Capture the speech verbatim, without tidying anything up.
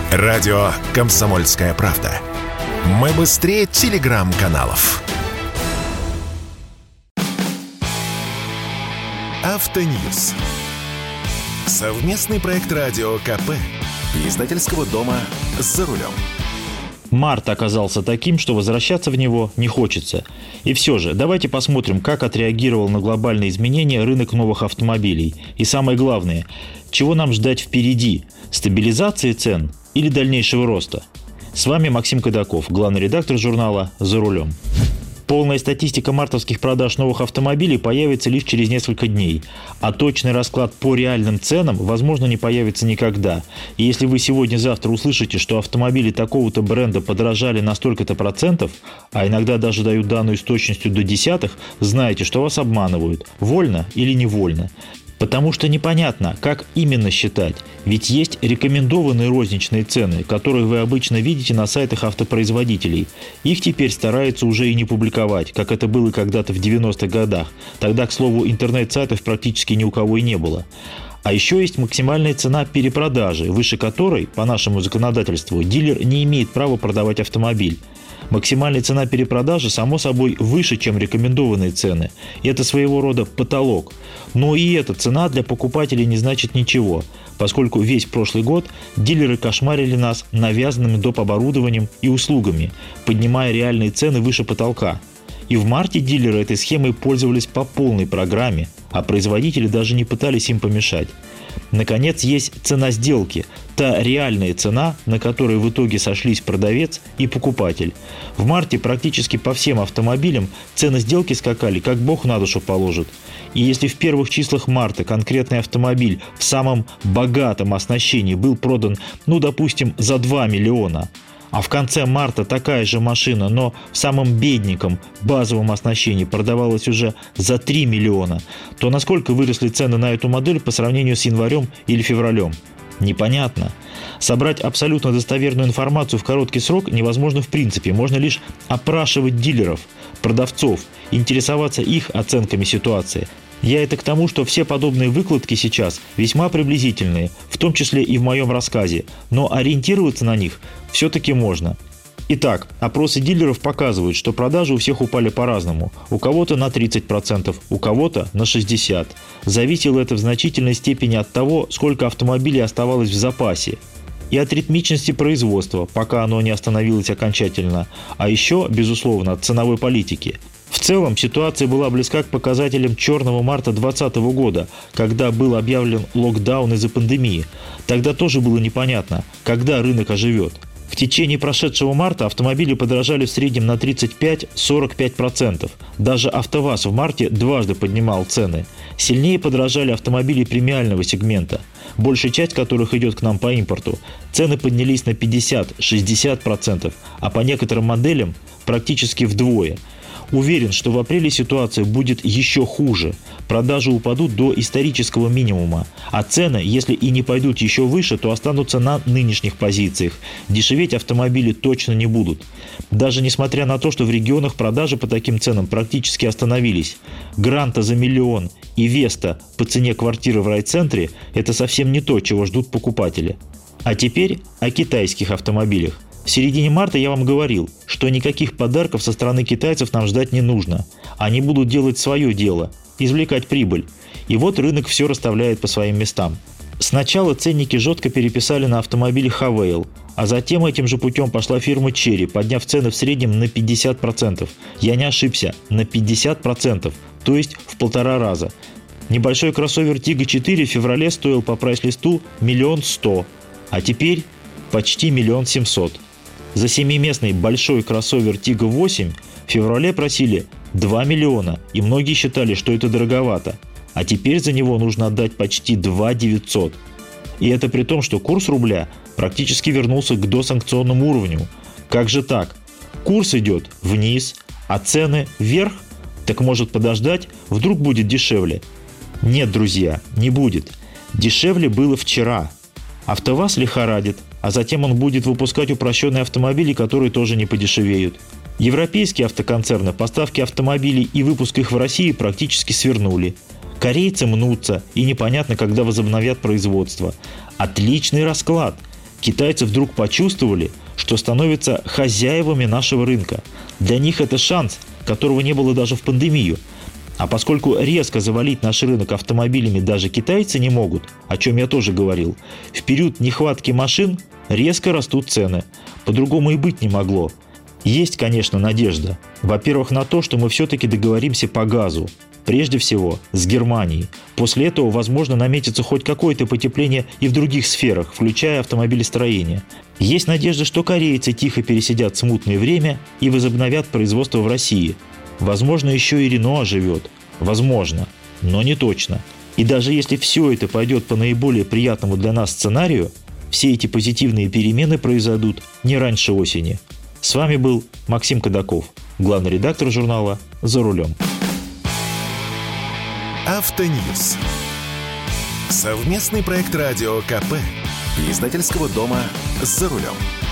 Радио «Комсомольская правда». Мы быстрее телеграм-каналов. Автоньюз. Совместный проект радио КП и издательского дома «За рулем». Март оказался таким, что возвращаться в него не хочется. И все же, давайте посмотрим, как отреагировал на глобальные изменения рынок новых автомобилей. И самое главное, чего нам ждать впереди – стабилизации цен или дальнейшего роста? С вами Максим Кадаков, главный редактор журнала «За рулем». Полная статистика мартовских продаж новых автомобилей появится лишь через несколько дней, а точный расклад по реальным ценам, возможно, не появится никогда. И если вы сегодня-завтра услышите, что автомобили такого-то бренда подорожали на столько-то процентов, а иногда даже дают данную с точностью до десятых, знаете, что вас обманывают, вольно или невольно. Потому что непонятно, как именно считать, ведь есть рекомендованные розничные цены, которые вы обычно видите на сайтах автопроизводителей. Их теперь стараются уже и не публиковать, как это было когда-то в девяностых годах. Тогда, к слову, интернет-сайтов практически ни у кого и не было. А еще есть максимальная цена перепродажи, выше которой, по нашему законодательству, дилер не имеет права продавать автомобиль. Максимальная цена перепродажи, само собой, выше, чем рекомендованные цены. И это своего рода потолок. Но и эта цена для покупателей не значит ничего, поскольку весь прошлый год дилеры кошмарили нас навязанным доп. Оборудованием и услугами, поднимая реальные цены выше потолка. И в марте дилеры этой схемой пользовались по полной программе, а производители даже не пытались им помешать. Наконец, есть цена сделки, та реальная цена, на которой в итоге сошлись продавец и покупатель. В марте практически по всем автомобилям цены сделки скакали, как бог на душу положит. И если в первых числах марта конкретный автомобиль в самом богатом оснащении был продан, ну, допустим, за два миллиона, а в конце марта такая же машина, но в самом бедненьком базовом оснащении продавалась уже за три миллиона, то насколько выросли цены на эту модель по сравнению с январем или февралем? Непонятно. Собрать абсолютно достоверную информацию в короткий срок невозможно в принципе. Можно лишь опрашивать дилеров, продавцов, интересоваться их оценками ситуации. Я это к тому, что все подобные выкладки сейчас весьма приблизительные, в том числе и в моем рассказе, но ориентироваться на них все-таки можно. Итак, опросы дилеров показывают, что продажи у всех упали по-разному. У кого-то на тридцать процентов, у кого-то на шестьдесят процентов. Зависело это в значительной степени от того, сколько автомобилей оставалось в запасе, и от ритмичности производства, пока оно не остановилось окончательно, а еще, безусловно, от ценовой политики. В целом, ситуация была близка к показателям черного марта двадцатого года, когда был объявлен локдаун из-за пандемии. Тогда тоже было непонятно, когда рынок оживет. В течение прошедшего марта автомобили подорожали в среднем на тридцать пять - сорок пять процентов. Даже АвтоВАЗ в марте дважды поднимал цены. Сильнее подорожали автомобили премиального сегмента, большая часть которых идет к нам по импорту. Цены поднялись на пятьдесят - шестьдесят процентов, а по некоторым моделям практически вдвое. Уверен, что в апреле ситуация будет еще хуже. Продажи упадут до исторического минимума, а цены, если и не пойдут еще выше, то останутся на нынешних позициях. Дешеветь автомобили точно не будут. Даже несмотря на то, что в регионах продажи по таким ценам практически остановились. Гранта за миллион и Веста по цене квартиры в райцентре – это совсем не то, чего ждут покупатели. А теперь о китайских автомобилях. В середине марта я вам говорил, что никаких подарков со стороны китайцев нам ждать не нужно. Они будут делать свое дело – извлекать прибыль. И вот рынок все расставляет по своим местам. Сначала ценники жестко переписали на автомобили Хавейл, а затем этим же путем пошла фирма Chery, подняв цены в среднем на пятьдесят процентов. Я не ошибся, на пятьдесят процентов, то есть в полтора раза. Небольшой кроссовер Тига четыре в феврале стоил по прайс-листу миллион сто, а теперь почти миллион семьсот. За семиместный большой кроссовер Тига восемь в феврале просили два миллиона, и многие считали, что это дороговато. А теперь за него нужно отдать почти два девятьсот. И это при том, что курс рубля практически вернулся к досанкционному уровню. Как же так? Курс идет вниз, а цены вверх? Так может подождать, вдруг будет дешевле? Нет, друзья, не будет. Дешевле было вчера. АвтоВАЗ лихорадит, а затем он будет выпускать упрощенные автомобили, которые тоже не подешевеют. Европейские автоконцерны поставки автомобилей и выпуск их в России практически свернули. Корейцы мнутся, и непонятно, когда возобновят производство. Отличный расклад. Китайцы вдруг почувствовали, что становятся хозяевами нашего рынка. Для них это шанс, которого не было даже в пандемию. А поскольку резко завалить наш рынок автомобилями даже китайцы не могут, о чем я тоже говорил, в период нехватки машин резко растут цены. По-другому и быть не могло. Есть, конечно, надежда. Во-первых, на то, что мы все-таки договоримся по газу. Прежде всего, с Германией. После этого, возможно, наметится хоть какое-то потепление и в других сферах, включая автомобилестроение. Есть надежда, что корейцы тихо пересидят смутное время и возобновят производство в России. Возможно, еще и Рено оживет. Возможно, но не точно. И даже если все это пойдет по наиболее приятному для нас сценарию, все эти позитивные перемены произойдут не раньше осени. С вами был Максим Кадаков, главный редактор журнала «За рулем». Автоньюз. Совместный проект радио ка пэ и издательского дома «За рулем».